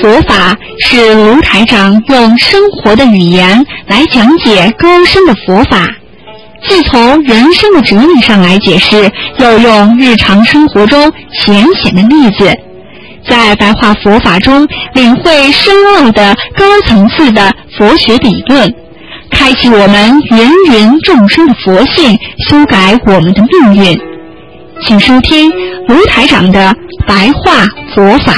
佛法是卢台长用生活的语言来讲解高深的佛法，既从人生的哲理上来解释，又用日常生活中浅显的例子，在白话佛法中领会深奥的高层次的佛学理论，开启我们芸芸众生的佛性，修改我们的命运。请收听卢台长的白话佛法。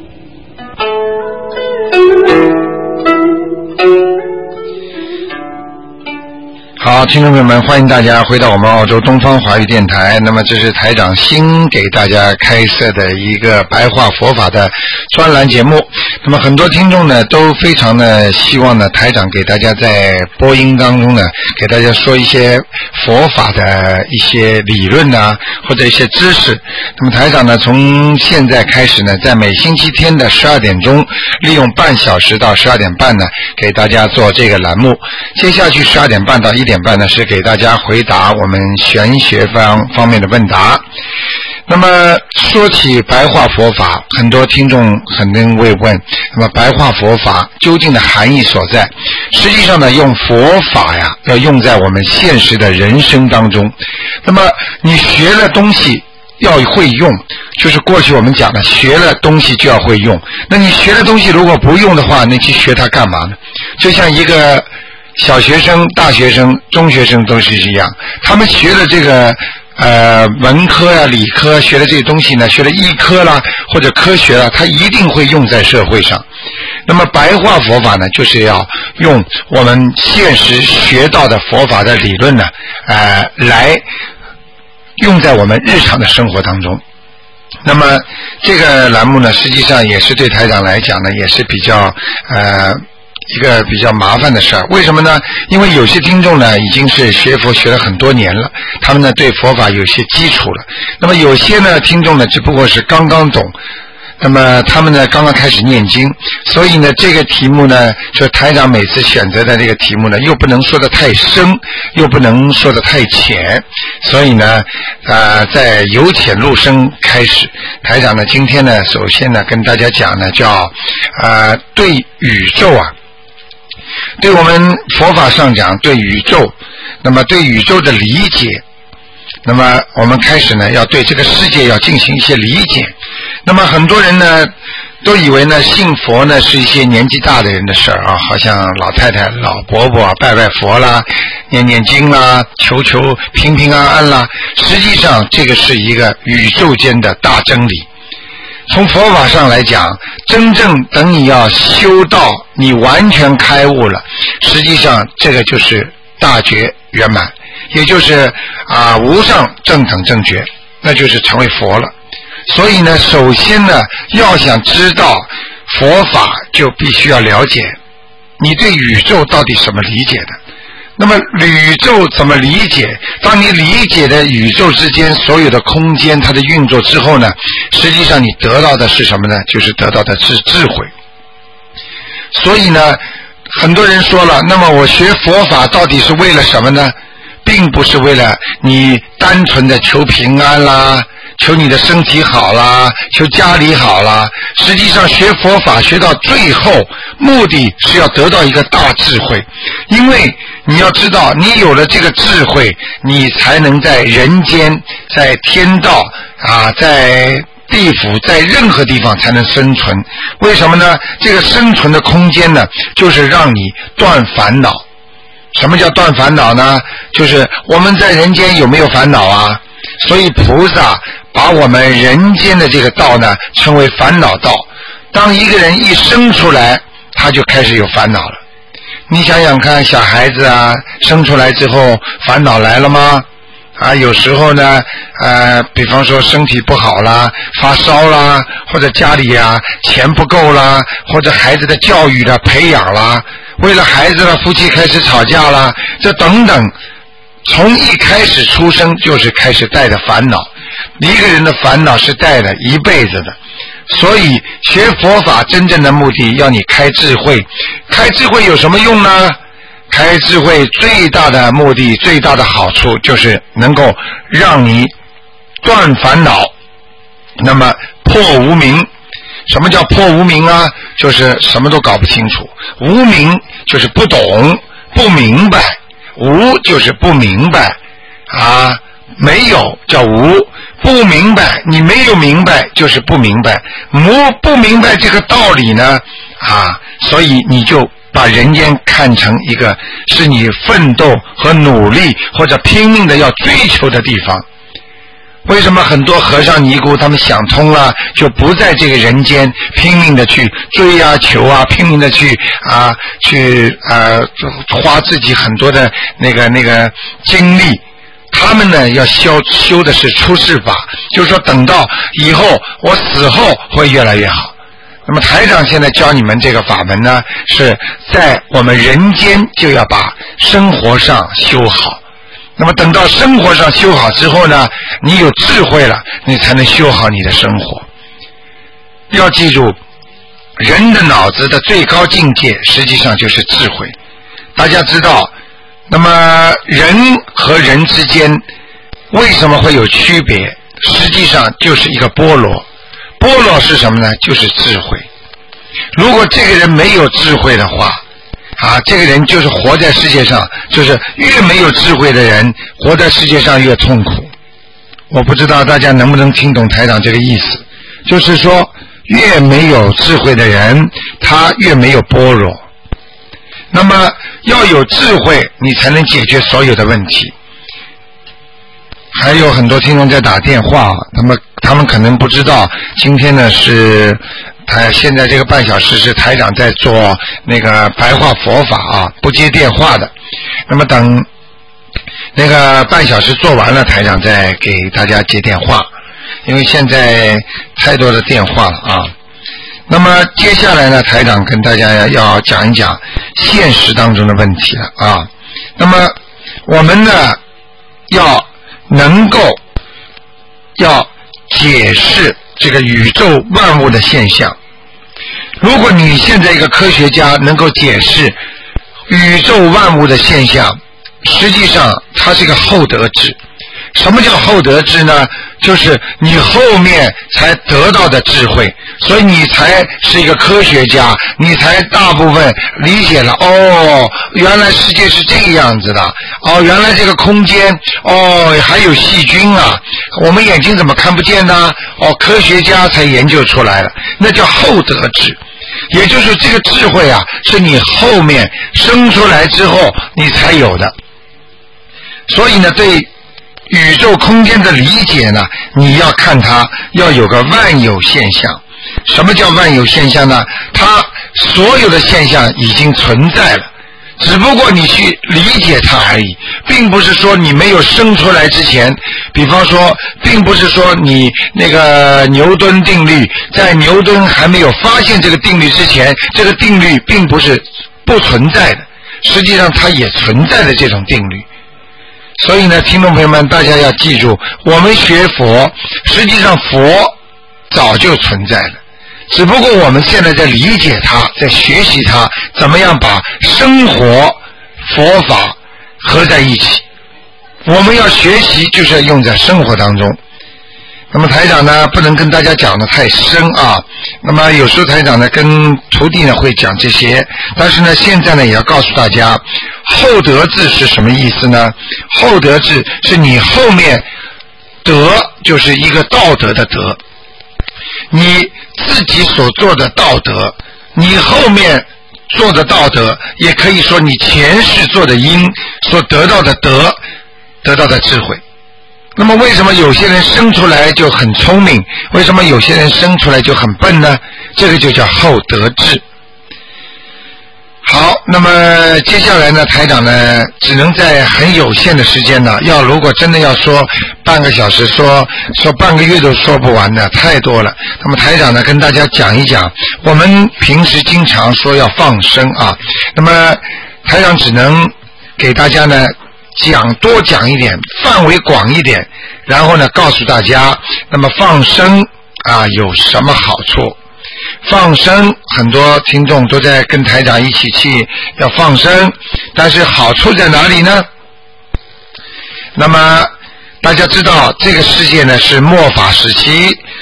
好，听众朋友们，欢迎大家回到我们澳洲东方华语电台。那么这是台长新给大家开设的一个白话佛法的专栏节目。那么很多听众呢都非常的希望呢台长给大家在播音当中呢给大家说一些佛法的一些理论啊，或者一些知识。那么台长呢从现在开始呢，在每星期天的12点钟，利用半小时到12点半呢给大家做这个栏目。接下去12点半到1点半呢是给大家回答我们玄学方面的问答。那么说起白话佛法，很多听众肯定会问，那么白话佛法究竟的含义所在？实际上呢，用佛法呀要用在我们现实的人生当中。那么你学了东西要会用，就是过去我们讲的学了东西就要会用。那你学了东西如果不用的话，你去学它干嘛呢？就像一个小学生、大学生、中学生都是一样，他们学的这个文科啊、理科学的这些东西呢，学的医科啦或者科学啦，它一定会用在社会上。那么白话佛法呢，就是要用我们现实学到的佛法的理论呢，来用在我们日常的生活当中。那么这个栏目呢，实际上也是对台长来讲呢，也是比较一个比较麻烦的事儿。为什么呢？因为有些听众呢已经是学佛学了很多年了，他们呢对佛法有些基础了。那么有些呢听众呢只不过是刚刚懂，那么他们呢刚刚开始念经，所以呢这个题目呢，就台长每次选择的这个题目呢，又不能说的太深，又不能说的太浅，所以呢在由浅入深开始。台长呢今天呢首先呢跟大家讲呢叫对宇宙啊，对我们佛法上讲对宇宙，那么对宇宙的理解，那么我们开始呢要对这个世界要进行一些理解。那么很多人呢都以为呢信佛呢是一些年纪大的人的事儿啊，好像老太太老伯伯拜拜佛啦，念念经啦，求平平安安啦。实际上这个是一个宇宙间的大真理。从佛法上来讲，真正等你要修到你完全开悟了，实际上这个就是大觉圆满，也就是无上正等正觉，那就是成为佛了。所以呢，首先呢要想知道佛法，就必须要了解你对宇宙到底什么理解的。那么宇宙怎么理解？当你理解的宇宙之间所有的空间它的运作之后呢，实际上你得到的是什么呢？就是得到的是智慧。所以呢很多人说了，那么我学佛法到底是为了什么呢？并不是为了你单纯的求平安啦，求你的身体好啦，求家里好啦。实际上学佛法学到最后，目的是要得到一个大智慧。因为你要知道，你有了这个智慧，你才能在人间、在天道在地府，在任何地方才能生存。为什么呢？这个生存的空间呢，就是让你断烦恼。什么叫断烦恼呢？就是我们在人间有没有烦恼啊？所以菩萨把我们人间的这个道呢称为烦恼道。当一个人一生出来，他就开始有烦恼了。你想想看，小孩子生出来之后烦恼来了吗？有时候呢比方说身体不好啦，发烧啦，或者家里钱不够啦，或者孩子的教育的培养啦，为了孩子夫妻开始吵架啦，这等等，从一开始出生就是开始带的烦恼。一个人的烦恼是带的一辈子的。所以学佛法真正的目的要你开智慧。开智慧有什么用呢？开智慧最大的目的，最大的好处就是能够让你断烦恼，那么破无明。 什么叫破无明啊？就是什么都搞不清楚。无明就是不懂、不明白，无就是不明白啊，没有叫无，不明白，你没有明白就是不明白，不明白这个道理呢啊，所以你就把人间看成一个是你奋斗和努力或者拼命的要追求的地方。为什么很多和尚尼姑他们想通了，就不在这个人间拼命的去追啊求啊，拼命的去花自己很多的那个精力。他们呢要修的是出世法，就是说等到以后我死后会越来越好。那么台长现在教你们这个法门呢，是在我们人间就要把生活上修好。那么等到生活上修好之后呢，你有智慧了，你才能修好你的生活。要记住，人的脑子的最高境界实际上就是智慧。大家知道，那么人和人之间为什么会有区别？实际上就是一个波罗。波罗是什么呢？就是智慧。如果这个人没有智慧的话啊，这个人就是活在世界上，就是越没有智慧的人活在世界上越痛苦。我不知道大家能不能听懂台长这个意思，就是说越没有智慧的人他越没有般若。那么要有智慧你才能解决所有的问题。还有很多听众在打电话，他们可能不知道今天呢是现在这个半小时是台长在做那个白话佛法啊，不接电话的。那么等那个半小时做完了，台长再给大家接电话，因为现在太多的电话了啊。那么接下来呢，台长跟大家要讲一讲现实当中的问题了啊。那么我们呢要能够要解释这个宇宙万物的现象。如果你现在一个科学家能够解释宇宙万物的现象，实际上它是一个后得智。什么叫后得智呢？就是你后面才得到的智慧，所以你才是一个科学家，你才大部分理解了，哦，原来世界是这个样子的，哦，原来这个空间，哦，还有细菌啊，我们眼睛怎么看不见呢？哦，科学家才研究出来了，那叫后得智。也就是这个智慧啊，是你后面生出来之后你才有的。所以呢，对宇宙空间的理解呢，你要看它要有个万有现象。什么叫万有现象呢？它所有的现象已经存在了，只不过你去理解它而已，并不是说你没有生出来之前，比方说并不是说你那个牛顿定律，在牛顿还没有发现这个定律之前，这个定律并不是不存在的，实际上它也存在的这种定律。所以呢，听众朋友们，大家要记住，我们学佛，实际上佛早就存在了，只不过我们现在在理解它，在学习它，怎么样把生活佛法合在一起。我们要学习就是要用在生活当中。那么台长呢不能跟大家讲的太深啊，那么有时候台长呢跟徒弟呢会讲这些，但是呢现在呢也要告诉大家，后得智是什么意思呢？后得智是你后面德就是一个道德的德，你自己所做的道德，你后面做的道德，也可以说你前世做的因所得到的德，得到的智慧。那么为什么有些人生出来就很聪明，为什么有些人生出来就很笨呢？这个就叫后得智。好，那么接下来呢，台长呢只能在很有限的时间呢，如果真的要说半个小时，说半个月都说不完的，太多了。那么台长呢跟大家讲一讲，我们平时经常说要放生啊，那么台长只能给大家呢多讲一点，范围广一点，然后呢告诉大家，那么放生啊有什么好处。放生很多听众都在跟台长一起去要放生，但是好处在哪里呢？那么大家知道这个世界呢是末法时期，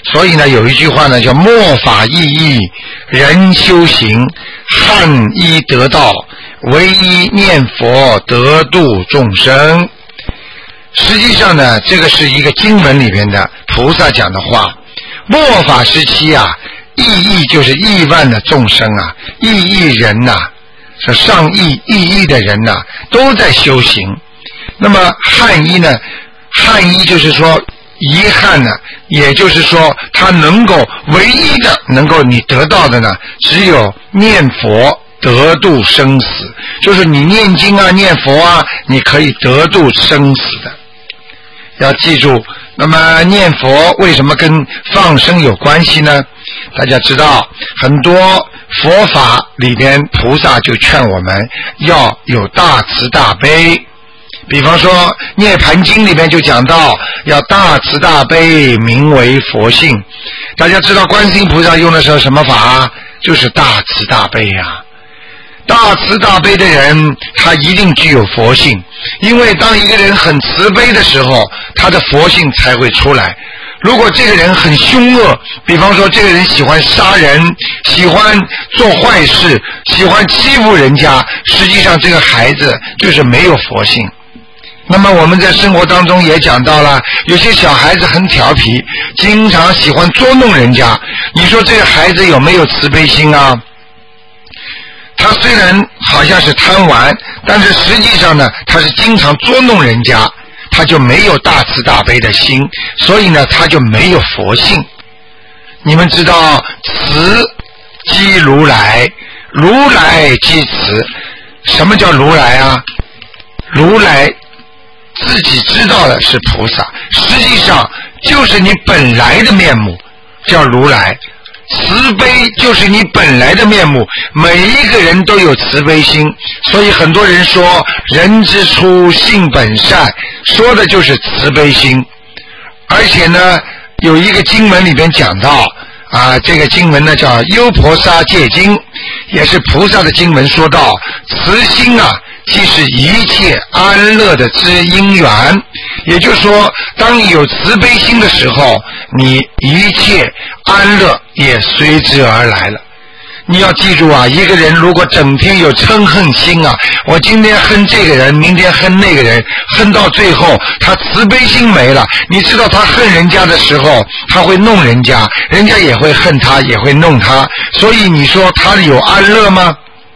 所以呢，有一句话呢叫末法意义，人修行，汉医得道，唯一念佛得度众生。实际上呢，这个是一个经文里面的菩萨讲的话。末法时期啊，亿亿就是亿万的众生啊，亿亿人呐，是上亿亿亿的人呐，都在修行。那么汉医呢，汉医就是说遗憾呢，也就是说他能够唯一的能够你得到的呢，只有念佛得度生死，就是你念经啊念佛啊，你可以得度生死的。要记住，那么念佛为什么跟放生有关系呢？大家知道很多佛法里边菩萨就劝我们要有大慈大悲，比方说《涅盘经》里面就讲到要大慈大悲名为佛性。大家知道观世音菩萨用的是什么法？就是大慈大悲啊。大慈大悲的人他一定具有佛性，因为当一个人很慈悲的时候，他的佛性才会出来。如果这个人很凶恶，比方说这个人喜欢杀人，喜欢做坏事，喜欢欺负人家，实际上这个孩子就是没有佛性。那么我们在生活当中也讲到了，有些小孩子很调皮，经常喜欢捉弄人家，你说这个孩子有没有慈悲心啊？他虽然好像是贪玩，但是实际上呢，他是经常捉弄人家，他就没有大慈大悲的心，所以呢，他就没有佛性。你们知道慈即如来，如来即慈。什么叫如来啊？如来自己知道的是菩萨，实际上就是你本来的面目，叫如来。慈悲就是你本来的面目，每一个人都有慈悲心，所以很多人说人之初性本善，说的就是慈悲心。而且呢，有一个经文里边讲到啊，这个经文呢叫优婆沙戒经，也是菩萨的经文，说到慈心啊即是一切安乐的之因缘。也就是说，当你有慈悲心的时候，你一切安乐也随之而来了。你要记住啊，一个人如果整天有嗔恨心啊，我今天恨这个人，明天恨那个人，恨到最后他慈悲心没了。你知道他恨人家的时候，他会弄人家，人家也会恨他，也会弄他，所以你说他有安乐吗？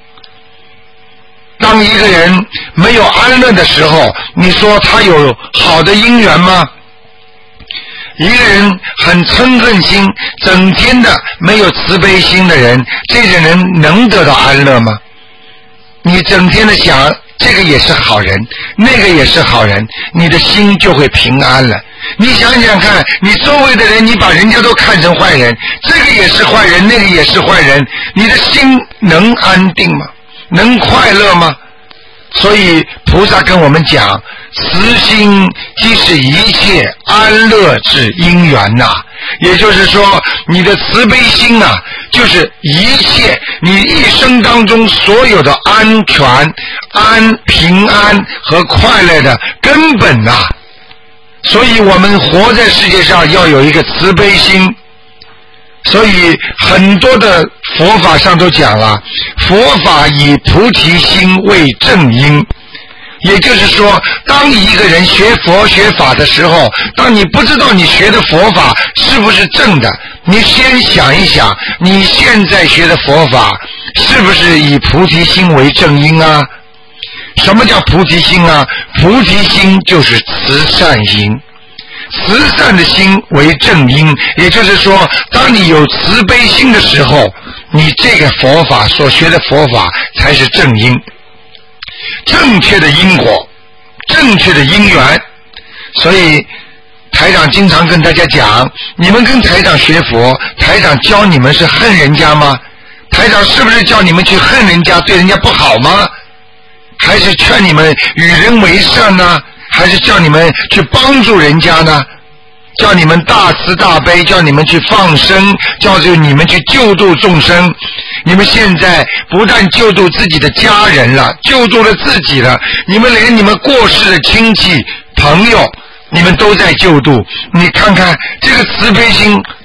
当一个人没有安乐的时候，你说他有好的因缘吗？一个人很嗔恨心，整天的没有慈悲心的人，这个人能得到安乐吗？你整天的想这个也是好人，那个也是好人，你的心就会平安了。你想想看，你周围的人，你把人家都看成坏人，这个也是坏人，那个也是坏人，你的心能安定吗？能快乐吗？所以菩萨跟我们讲，慈心即是一切安乐之因缘呐。也就是说，你的慈悲心啊，就是一切你一生当中所有的安全、平安和快乐的根本呐。所以我们活在世界上要有一个慈悲心。所以很多的佛法上都讲了，佛法以菩提心为正因。也就是说，当一个人学佛学法的时候，当你不知道你学的佛法是不是正的，你先想一想，你现在学的佛法是不是以菩提心为正因啊？什么叫菩提心啊？菩提心就是慈善心，慈善的心为正因。也就是说，当你有慈悲心的时候，你这个佛法所学的佛法才是正因，正确的因果，正确的因缘。所以台长经常跟大家讲，你们跟台长学佛，台长教你们是恨人家吗？台长是不是叫你们去恨人家，对人家不好吗？还是劝你们与人为善呢？还是叫你们去帮助人家呢？叫你们大慈大悲，叫你们去放生，叫你们去救度众生。你们现在不但救度自己的家人了，救度了自己了，你们连你们过世的亲戚朋友你们都在救度。你看看这个慈悲心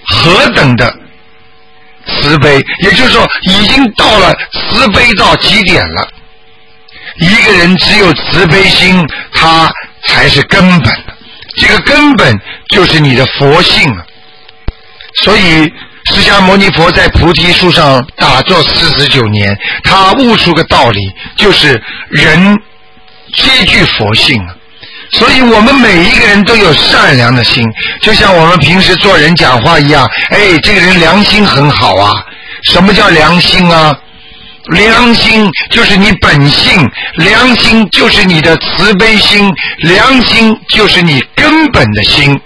何等的慈悲，也就是说已经到了慈悲到极点了。一个人只有慈悲心，他才是根本的，这个根本就是你的佛性啊。所以释迦牟尼佛在菩提树上打坐49年，他悟出个道理，就是人皆具佛性啊。所以我们每一个人都有善良的心，就像我们平时做人讲话一样，这个人良心很好啊。什么叫良心啊？良心就是你本性，良心就是你的慈悲心，良心就是你根本的心。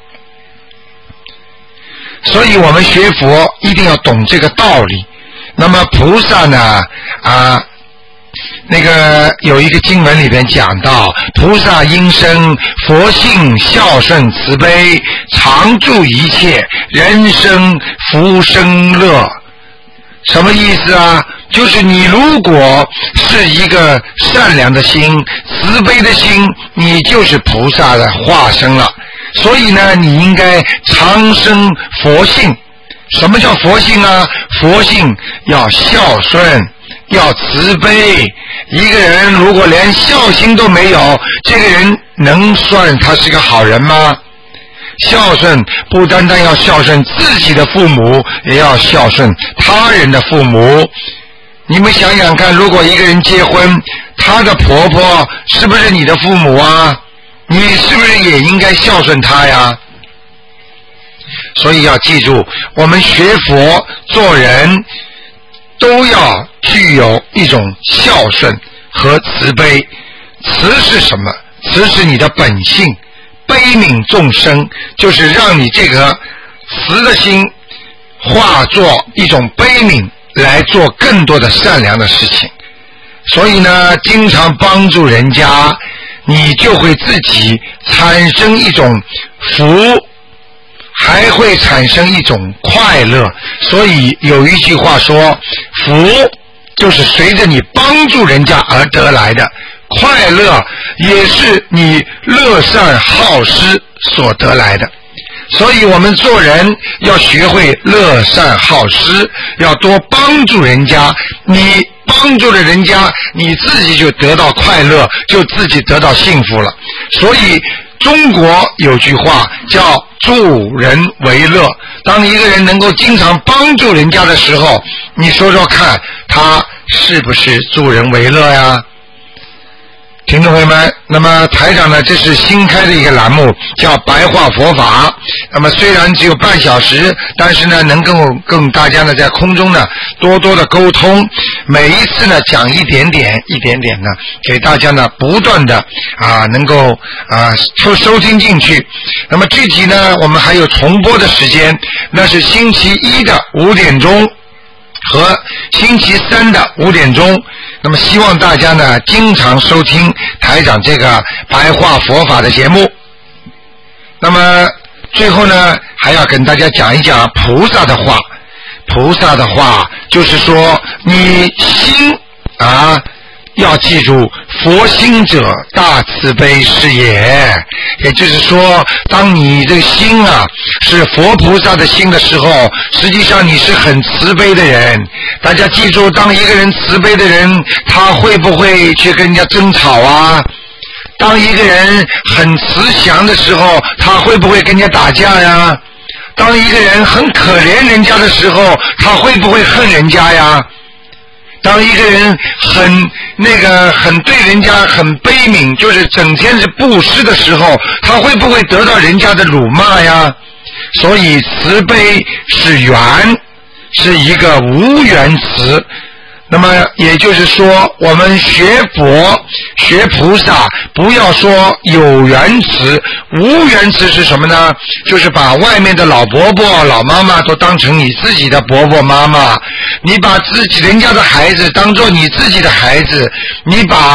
所以我们学佛一定要懂这个道理。那么菩萨呢那个有一个经文里边讲到，菩萨因生佛性孝顺慈悲，常住一切，人生福生乐。什么意思啊？就是你如果是一个善良的心，慈悲的心，你就是菩萨的化身了。所以呢，你应该常生佛性。什么叫佛性啊？佛性要孝顺，要慈悲。一个人如果连孝心都没有，这个人能算他是个好人吗？孝顺不单单要孝顺自己的父母，也要孝顺他人的父母。你们想想看，如果一个人结婚，他的婆婆是不是你的父母啊？你是不是也应该孝顺他呀？所以要记住，我们学佛做人都要具有一种孝顺和慈悲。慈是什么？慈是你的本性，悲悯众生，就是让你这个慈的心化作一种悲悯，来做更多的善良的事情。所以呢，经常帮助人家，你就会自己产生一种福，还会产生一种快乐。所以有一句话说，福就是随着你帮助人家而得来的，快乐也是你乐善好施所得来的。所以我们做人要学会乐善好施，要多帮助人家，你帮助了人家，你自己就得到快乐，就自己得到幸福了。所以中国有句话叫助人为乐。当一个人能够经常帮助人家的时候，你说说看，他是不是助人为乐呀？听众朋友们，那么台长呢，这是新开的一个栏目，叫白话佛法。那么虽然只有半小时，但是呢，能够跟大家呢在空中呢多多的沟通，每一次呢讲一点点呢，给大家呢不断的能够收听进去。那么具体呢，我们还有重播的时间，那是星期一的5点钟和星期三的5点钟。那么希望大家呢经常收听台长这个白话佛法的节目。那么最后呢，还要跟大家讲一讲菩萨的话。菩萨的话就是说，你心要记住，佛心者大慈悲是也。也就是说，当你这个心是佛菩萨的心的时候，实际上你是很慈悲的人。大家记住，当一个人慈悲的人，他会不会去跟人家争吵啊？当一个人很慈祥的时候，他会不会跟人家打架呀？当一个人很可怜人家的时候，他会不会恨人家呀？当一个人很对人家很悲悯，就是整天是布施的时候，他会不会得到人家的辱骂呀？所以慈悲是缘，是一个无缘慈。那么也就是说，我们学佛学菩萨，不要说有缘慈，无缘慈是什么呢？就是把外面的老伯伯老妈妈都当成你自己的伯伯妈妈，你把人家的孩子当作你自己的孩子，你把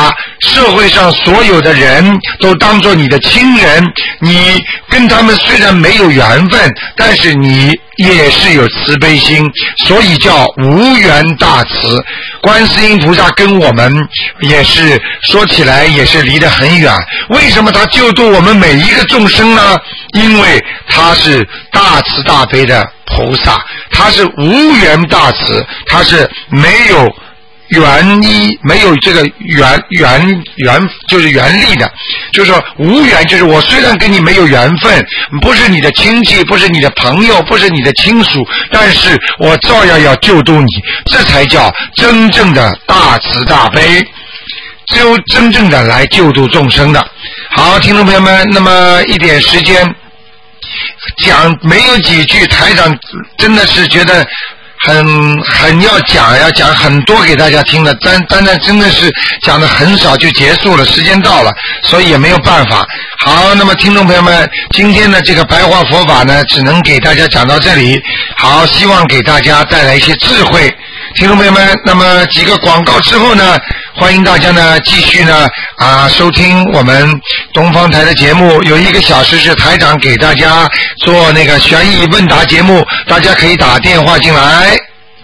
社会上所有的人都当作你的亲人，你跟他们虽然没有缘分，但是你也是有慈悲心，所以叫无缘大慈。观世音菩萨跟我们也是说起来也是离得很远，为什么他救度我们每一个众生呢？因为他是大慈大悲的菩萨，他是无缘大慈，他是没有缘依，没有这个缘就是缘力的，就是说无缘，就是我虽然跟你没有缘分，不是你的亲戚，不是你的朋友，不是你的亲属，但是我照样要救度你，这才叫真正的大慈大悲，只有真正的来救度众生的。好，听众朋友们，那么一点时间讲没有几句，台长真的是觉得很要讲很多给大家听的，但真的是讲的很少就结束了，时间到了，所以也没有办法。好，那么听众朋友们，今天的这个白话佛法呢，只能给大家讲到这里。好，希望给大家带来一些智慧。听众朋友们，那么几个广告之后呢，欢迎大家呢继续呢收听我们东方台的节目，有1个小时是台长给大家做那个悬疑问答节目，大家可以打电话进来。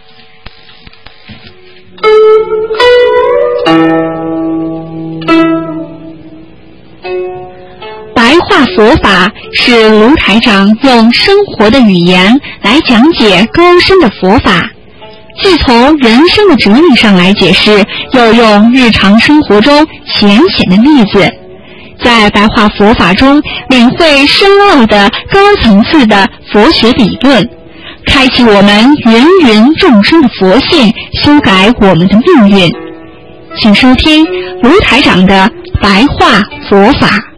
白话佛法是卢台长用生活的语言来讲解高深的佛法，既从人生的哲理上来解释，又用日常生活中浅显的例子，在白话佛法中领会深奥的高层次的佛学理论，开启我们芸芸众生的佛性，修改我们的命运。请收听卢台长的白话佛法。